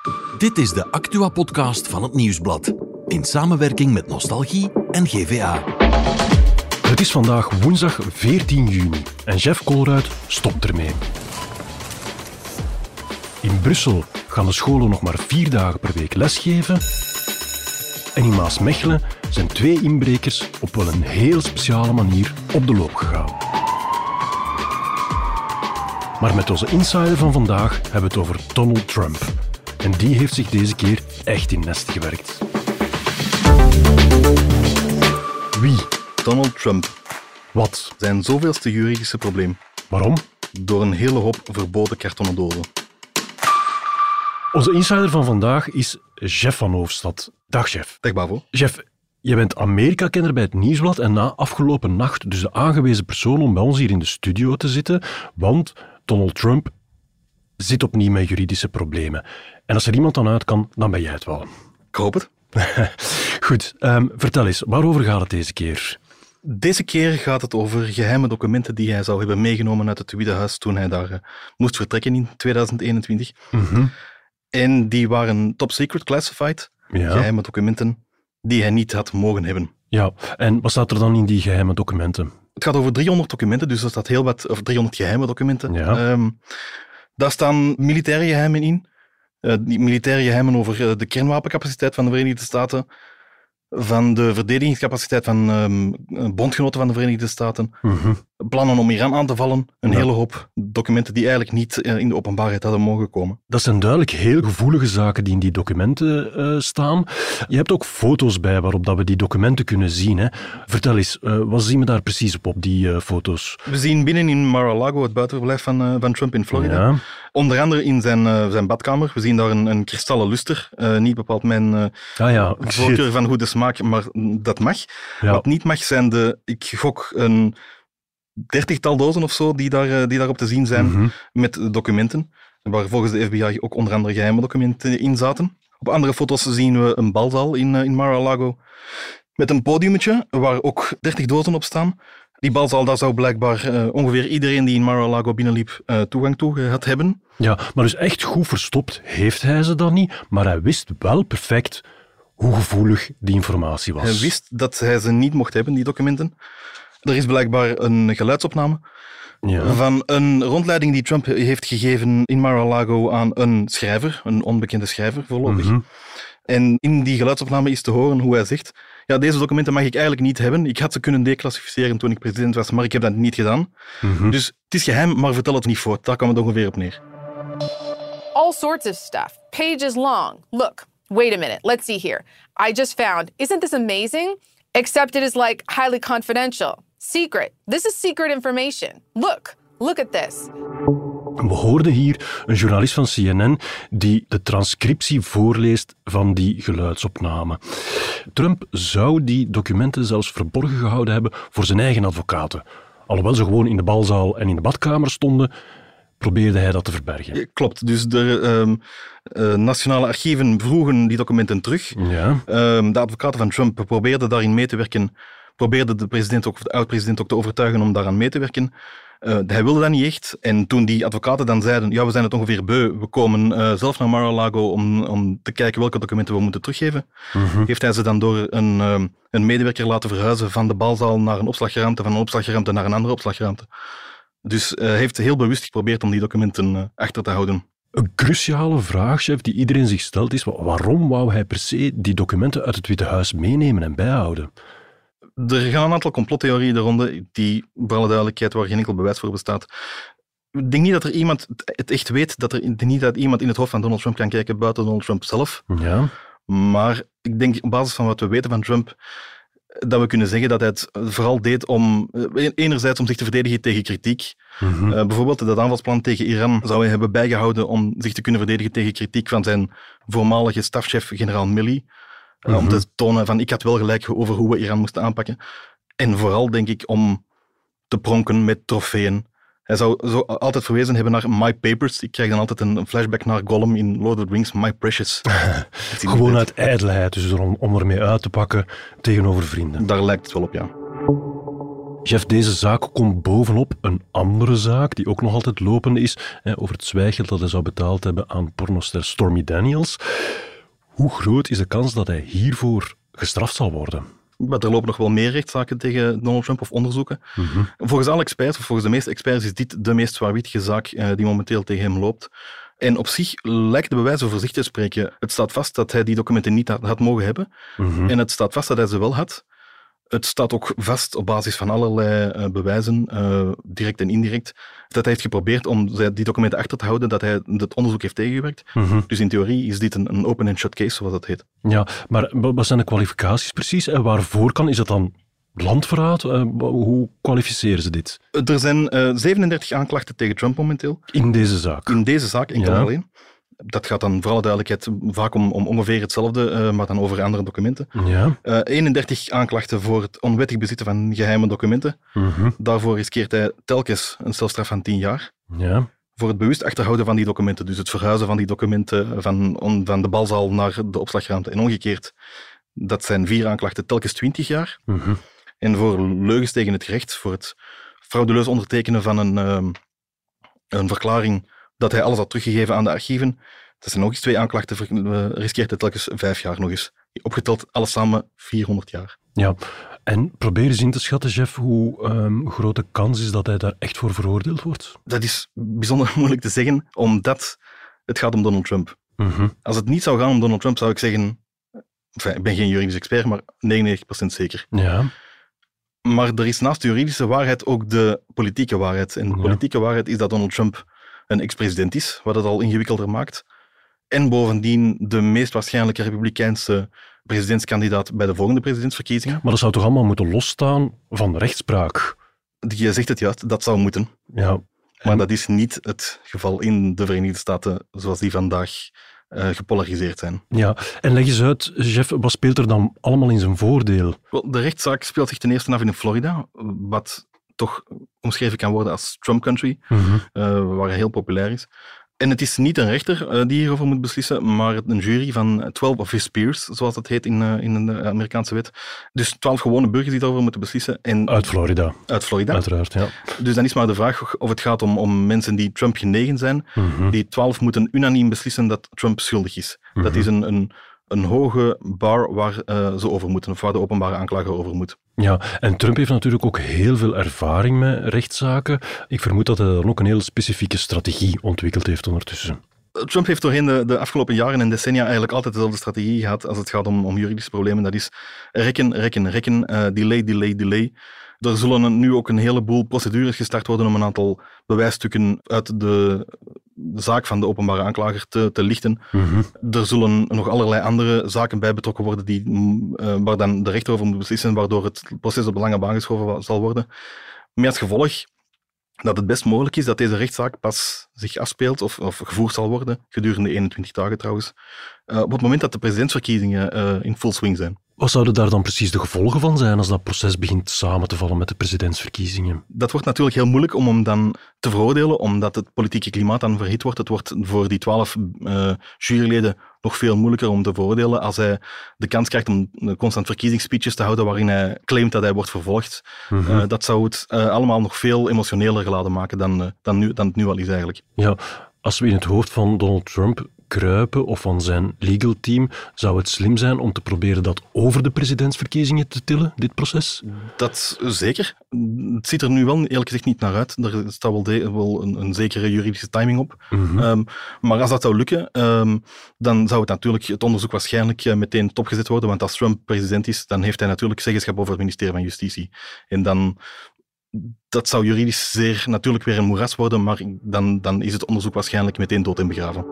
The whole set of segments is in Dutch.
Dit is de Actua-podcast van het Nieuwsblad. In samenwerking met Nostalgie en GVA. Het is vandaag woensdag 14 juni en Jeff Colruyt stopt ermee. In Brussel gaan de scholen nog maar 4 dagen per week lesgeven. En in Maasmechelen zijn 2 inbrekers op wel een heel speciale manier op de loop gegaan. Maar met onze insider van vandaag hebben we het over Donald Trump. En die heeft zich deze keer echt in nest gewerkt. Wie? Donald Trump. Wat? Zijn zoveelste juridische probleem. Waarom? Door een hele hoop verboden kartonnen dozen. Onze insider van vandaag is Jeff van Hoofdstad. Dag Jeff. Dag Bavo. Jeff, je bent Amerika-kenner bij het Nieuwsblad en na afgelopen nacht dus de aangewezen persoon om bij ons hier in de studio te zitten, want Donald Trump zit opnieuw met juridische problemen. En als er iemand dan uit kan, dan ben jij het wel. Ik hoop het. Goed, vertel eens, waarover gaat het deze keer? Deze keer gaat het over geheime documenten die hij zou hebben meegenomen uit het Witte Huis toen hij daar moest vertrekken in 2021. Mm-hmm. En die waren top secret classified, geheime documenten die hij niet had mogen hebben. Ja, en wat staat er dan in die geheime documenten? Het gaat over 300 documenten, dus er staat heel wat, of 300 geheime documenten. Ja. Daar staan militaire geheimen in. Die militaire geheimen over de kernwapencapaciteit van de Verenigde Staten, van de verdedigingscapaciteit van bondgenoten van de Verenigde Staten, plannen om Iran aan te vallen, een hele hoop documenten die eigenlijk niet in de openbaarheid hadden mogen komen. Dat zijn duidelijk heel gevoelige zaken die in die documenten staan. Je hebt ook foto's bij waarop dat we die documenten kunnen zien. Hè? Vertel eens, wat zien we daar precies op die foto's? We zien binnen in Mar-a-Lago, het buitenverblijf van Trump in Florida. Ja. Onder andere in zijn badkamer. We zien daar een kristallen luster. Niet bepaald mijn voorkeur van goede smaak, maar dat mag. Ja. Wat niet mag zijn ik gok een 30-tal dozen of zo die daarop te zien zijn met documenten. Waar volgens de FBI ook onder andere geheime documenten in zaten. Op andere foto's zien we een balzaal in Mar-a-Lago met een podiummetje waar ook 30 dozen op staan. Die balzaal, daar zou blijkbaar ongeveer iedereen die in Mar-a-Lago binnenliep toegang toe gehad hebben. Ja, maar dus echt goed verstopt heeft hij ze dan niet, maar hij wist wel perfect hoe gevoelig die informatie was. Hij wist dat hij ze niet mocht hebben, die documenten. Er is blijkbaar een geluidsopname van een rondleiding die Trump heeft gegeven in Mar-a-Lago aan een schrijver, een onbekende schrijver voorlopig. En in die geluidsopname is te horen hoe hij zegt: ja, deze documenten mag ik eigenlijk niet hebben. Ik had ze kunnen declassificeren toen ik president was, maar ik heb dat niet gedaan. Dus het is geheim, maar vertel het niet voort. Daar kwam het ongeveer op neer. All sorts of stuff, pages long. Look, wait a minute, let's see here. I just found, isn't this amazing? Except it is like highly confidential. Secret. This is secret information. Look at this. We hoorden hier een journalist van CNN die de transcriptie voorleest van die geluidsopname. Trump zou die documenten zelfs verborgen gehouden hebben voor zijn eigen advocaten. Alhoewel ze gewoon in de balzaal en in de badkamer stonden, probeerde hij dat te verbergen. Klopt, dus de nationale archieven vroegen die documenten terug. Ja. De advocaten van Trump probeerden daarin mee te werken, probeerde de president ook, of de oud-president ook te overtuigen om daaraan mee te werken. Hij wilde dat niet echt. En toen die advocaten dan zeiden, ja, we zijn het ongeveer beu, we komen zelf naar Mar-a-Lago om te kijken welke documenten we moeten teruggeven, heeft hij ze dan door een medewerker laten verhuizen van de balzaal naar een opslagruimte, van een opslagruimte naar een andere opslagruimte. Dus hij heeft heel bewust geprobeerd om die documenten achter te houden. Een cruciale vraag, chef, die iedereen zich stelt is: waarom wou hij per se die documenten uit het Witte Huis meenemen en bijhouden? Er gaan een aantal complottheorieën de ronde, die, voor alle duidelijkheid, waar geen enkel bewijs voor bestaat. Ik denk niet dat er iemand het echt weet, dat iemand in het hoofd van Donald Trump kan kijken buiten Donald Trump zelf. Ja. Maar ik denk op basis van wat we weten van Trump, dat we kunnen zeggen dat hij het vooral deed om enerzijds om zich te verdedigen tegen kritiek. Bijvoorbeeld dat aanvalsplan tegen Iran zou hij hebben bijgehouden om zich te kunnen verdedigen tegen kritiek van zijn voormalige stafchef, generaal Milley. Om te tonen van ik had wel gelijk over hoe we Iran moesten aanpakken. En vooral denk ik om te pronken met trofeeën. Hij zou zo altijd verwezen hebben naar My Papers. Ik krijg dan altijd een flashback naar Gollum in Lord of the Rings, My Precious. Gewoon uit ijdelheid, dus om ermee uit te pakken tegenover vrienden. Daar lijkt het wel op, ja. Jeff, deze zaak komt bovenop een andere zaak die ook nog altijd lopende is, over het zwijgeld dat hij zou betaald hebben aan pornoster Stormy Daniels. Hoe groot is de kans dat hij hiervoor gestraft zal worden? Maar er lopen nog wel meer rechtszaken tegen Donald Trump of onderzoeken. Volgens alle experts, of volgens de meeste experts, is dit de meest zwaarwichtige zaak die momenteel tegen hem loopt. En op zich lijkt de bewijzen voor zich te spreken. Het staat vast dat hij die documenten niet had mogen hebben. En het staat vast dat hij ze wel had. Het staat ook vast op basis van allerlei bewijzen, direct en indirect, dat hij heeft geprobeerd om die documenten achter te houden, dat hij het onderzoek heeft tegengewerkt. Dus in theorie is dit een open and shut case, zoals dat heet. Ja, maar wat zijn de kwalificaties precies? En waarvoor kan? Is dat dan landverraad? Hoe kwalificeren ze dit? Er zijn 37 aanklachten tegen Trump momenteel. In deze zaak? In deze zaak, enkel alleen. Dat gaat dan voor alle duidelijkheid vaak om ongeveer hetzelfde, maar dan over andere documenten. 31 aanklachten voor het onwettig bezitten van geheime documenten. Daarvoor riskeert hij telkens een celstraf van 10 jaar. Voor het bewust achterhouden van die documenten, dus het verhuizen van die documenten van de balzaal naar de opslagruimte en omgekeerd, dat zijn 4 aanklachten, telkens 20 jaar. En voor leugens tegen het gerecht, voor het fraudeleus ondertekenen van een verklaring dat hij alles had teruggegeven aan de archieven. Dat zijn nog eens 2 aanklachten, riskeert hij telkens 5 jaar nog eens. Opgeteld, alles samen 400 jaar. Ja, en probeer eens in te schatten, Jeff, hoe grote kans is dat hij daar echt voor veroordeeld wordt? Dat is bijzonder moeilijk te zeggen, omdat het gaat om Donald Trump. Als het niet zou gaan om Donald Trump, zou ik zeggen, ik ben geen juridisch expert, maar 99% zeker. Ja. Maar er is naast de juridische waarheid ook de politieke waarheid. En de politieke waarheid is dat Donald Trump een ex-president is, wat het al ingewikkelder maakt. En bovendien de meest waarschijnlijke republikeinse presidentskandidaat bij de volgende presidentsverkiezingen. Maar dat zou toch allemaal moeten losstaan van rechtspraak? Je zegt het juist, dat zou moeten. Ja. Maar dat is niet het geval in de Verenigde Staten zoals die vandaag gepolariseerd zijn. Ja, en leg eens uit, Jeff, wat speelt er dan allemaal in zijn voordeel? Wel, de rechtszaak speelt zich ten eerste af in Florida, wat toch omschreven kan worden als Trump country, waar hij heel populair is. En het is niet een rechter die hierover moet beslissen, maar een jury van 12 of his peers, zoals dat heet in de Amerikaanse wet. Dus 12 gewone burgers die daarover moeten beslissen. En uit Florida. Uit Florida. Uiteraard, ja. Dus dan is maar de vraag of het gaat om mensen die Trump genegen zijn. Die 12 moeten unaniem beslissen dat Trump schuldig is. Dat is een hoge bar waar ze over moeten, of waar de openbare aanklager over moet. Ja, en Trump heeft natuurlijk ook heel veel ervaring met rechtszaken. Ik vermoed dat hij dan ook een heel specifieke strategie ontwikkeld heeft ondertussen. Trump heeft doorheen de afgelopen jaren en decennia eigenlijk altijd dezelfde strategie gehad als het gaat om juridische problemen. Dat is rekken, delay. Er zullen nu ook een heleboel procedures gestart worden om een aantal bewijsstukken uit de zaak van de openbare aanklager te lichten. Er zullen nog allerlei andere zaken bij betrokken worden waar dan de rechter over moet beslissen, waardoor het proces op de lange baan geschoven zal worden. Met als gevolg dat het best mogelijk is dat deze rechtszaak pas zich afspeelt of gevoerd zal worden, gedurende 21 dagen trouwens, op het moment dat de presidentsverkiezingen in full swing zijn. Wat zouden daar dan precies de gevolgen van zijn als dat proces begint samen te vallen met de presidentsverkiezingen? Dat wordt natuurlijk heel moeilijk om hem dan te veroordelen, omdat het politieke klimaat dan verhit wordt. Het wordt voor die 12 juryleden nog veel moeilijker om te veroordelen als hij de kans krijgt om constant verkiezingsspeeches te houden waarin hij claimt dat hij wordt vervolgd. Dat zou het allemaal nog veel emotioneler geladen maken dan het nu al is eigenlijk. Ja, als we in het hoofd van Donald Trump kruipen of van zijn legal team, zou het slim zijn om te proberen dat over de presidentsverkiezingen te tillen, dit proces? Dat zeker. Het ziet er nu wel eerlijk gezegd niet naar uit. Er staat wel een zekere juridische timing op. Maar als dat zou lukken, dan zou het onderzoek waarschijnlijk meteen topgezet worden, want als Trump president is, dan heeft hij natuurlijk zeggenschap over het ministerie van Justitie. En dat zou juridisch zeer natuurlijk weer een moeras worden, maar dan is het onderzoek waarschijnlijk meteen dood en begraven.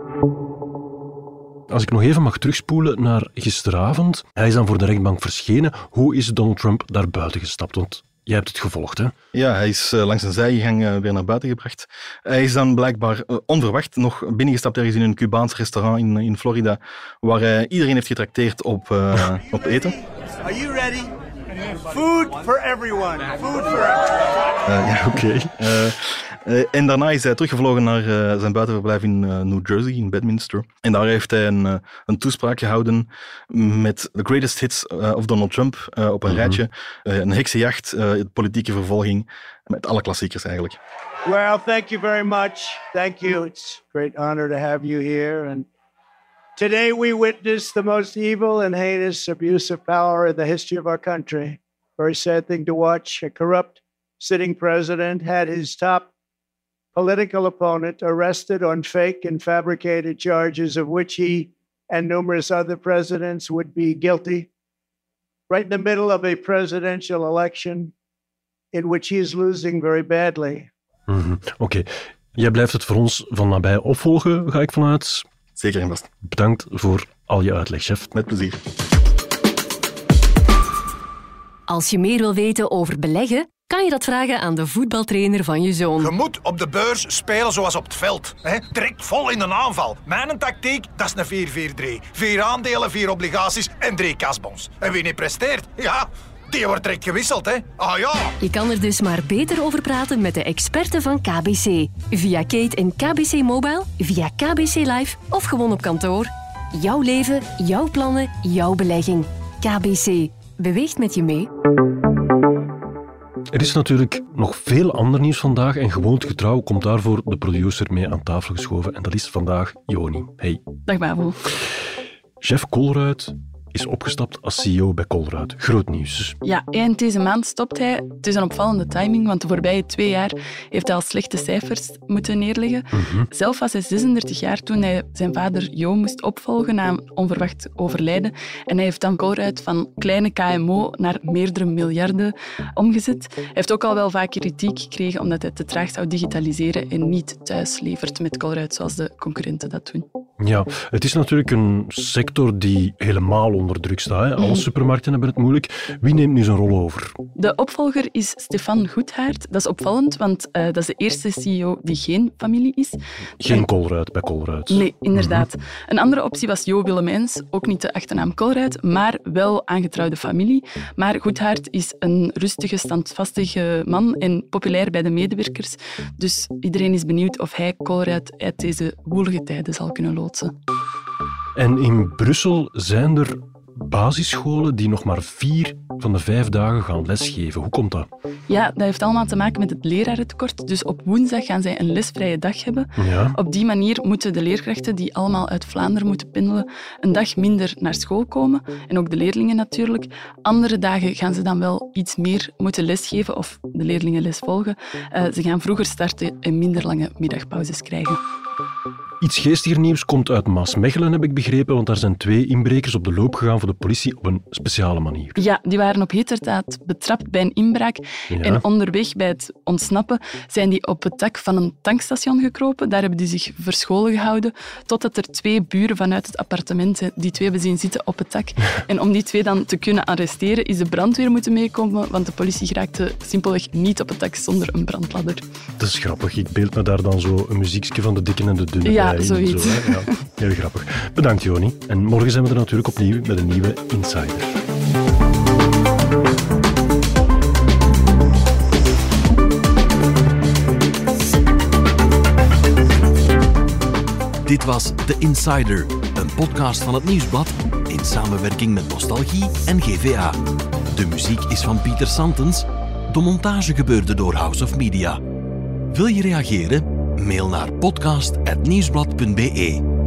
Als ik nog even mag terugspoelen naar gisteravond. Hij is dan voor de rechtbank verschenen. Hoe is Donald Trump daar buiten gestapt? Want jij hebt het gevolgd, hè? Ja, hij is langs een zijgang weer naar buiten gebracht. Hij is dan blijkbaar onverwacht nog binnengestapt ergens in een Cubaans restaurant in Florida, waar hij iedereen heeft getrakteerd op eten. Are you ready? Food for everyone. Food for everyone. Oké. En daarna is hij teruggevlogen naar zijn buitenverblijf in New Jersey, in Bedminster. En daar heeft hij een toespraak gehouden met the greatest hits of Donald Trump op een rijtje. Een heksenjacht, politieke vervolging, met alle klassiekers eigenlijk. Well, thank you very much. Thank you. It's a great honor to have you here. And today we witness the most evil and heinous abuse of power in the history of our country. Very sad thing to watch. A corrupt sitting president had his top political opponent arrested on fake and fabricated charges of which he and numerous other presidents would be guilty. Right in the middle of a presidential election in which he is losing very badly. Oké. Jij blijft het voor ons van nabij opvolgen, ga ik vanuit. Zeker en vast. Bedankt voor al je uitleg, chef. Met plezier. Als je meer wil weten over beleggen, kan je dat vragen aan de voetbaltrainer van je zoon. Je moet op de beurs spelen zoals op het veld. Direct vol in een aanval. Mijn tactiek, dat is een 4-4-3. 4 aandelen, 4 obligaties en 3 kasbons. En wie niet presteert, ja, die wordt direct gewisseld, hè. Ah ja. Je kan er dus maar beter over praten met de experten van KBC. Via Kate en KBC Mobile, via KBC Live of gewoon op kantoor. Jouw leven, jouw plannen, jouw belegging. KBC. Beweegt met je mee. Er is natuurlijk nog veel ander nieuws vandaag en gewoontegetrouw komt daarvoor de producer mee aan tafel geschoven. En dat is vandaag Joni. Hey. Dag Babo. Chef Colruyt is opgestapt als CEO bij Colruyt. Groot nieuws. Ja, eind deze maand stopt hij. Het is een opvallende timing, want de voorbije 2 jaar heeft hij al slechte cijfers moeten neerleggen. Zelf was hij 36 jaar toen hij zijn vader Jo moest opvolgen na een onverwacht overlijden. En hij heeft dan Colruyt van kleine KMO naar meerdere miljarden omgezet. Hij heeft ook al wel vaak kritiek gekregen omdat hij te traag zou digitaliseren en niet thuis levert met Colruyt zoals de concurrenten dat doen. Ja, het is natuurlijk een sector die helemaal onder druk staat. Hè. Alle supermarkten hebben het moeilijk. Wie neemt nu zijn rol over? De opvolger is Stefan Goedhaert. Dat is opvallend, want dat is de eerste CEO die geen familie is. Geen Colruyt bij Colruyt. Nee, inderdaad. Een andere optie was Jo Willemijns, ook niet de achternaam Colruyt, maar wel aangetrouwde familie. Maar Goedhaert is een rustige, standvastige man en populair bij de medewerkers. Dus iedereen is benieuwd of hij Colruyt uit deze woelige tijden zal kunnen loodsen. En in Brussel zijn er basisscholen die nog maar 4 van de 5 dagen gaan lesgeven. Hoe komt dat? Ja, dat heeft allemaal te maken met het lerarentekort. Dus op woensdag gaan zij een lesvrije dag hebben. Ja. Op die manier moeten de leerkrachten, die allemaal uit Vlaanderen moeten pendelen, een dag minder naar school komen. En ook de leerlingen natuurlijk. Andere dagen gaan ze dan wel iets meer moeten lesgeven of de leerlingen les volgen. Ze gaan vroeger starten en minder lange middagpauzes krijgen. Iets geestiger nieuws komt uit Maasmechelen, heb ik begrepen, want daar zijn 2 inbrekers op de loop gegaan voor de politie op een speciale manier. Ja, die waren op heterdaad betrapt bij een inbraak. Ja. En onderweg bij het ontsnappen zijn die op het dak van een tankstation gekropen. Daar hebben die zich verscholen gehouden, totdat er 2 buren vanuit het appartement die 2 hebben zien zitten op het dak. En om die 2 dan te kunnen arresteren, is de brandweer moeten meekomen, want de politie geraakte simpelweg niet op het dak zonder een brandladder. Dat is grappig. Ik beeld me daar dan zo een muziekje van de dikke en de dunne Ja, bij in. zoiets. Zo, hè? Ja, heel grappig. Bedankt, Joni. En morgen zijn we er natuurlijk opnieuw met een nieuwe Insider. Dit was The Insider, een podcast van het Nieuwsblad in samenwerking met Nostalgie en GVA. De muziek is van Pieter Santens. De montage gebeurde door House of Media. Wil je reageren? Mail naar podcast@nieuwsblad.be.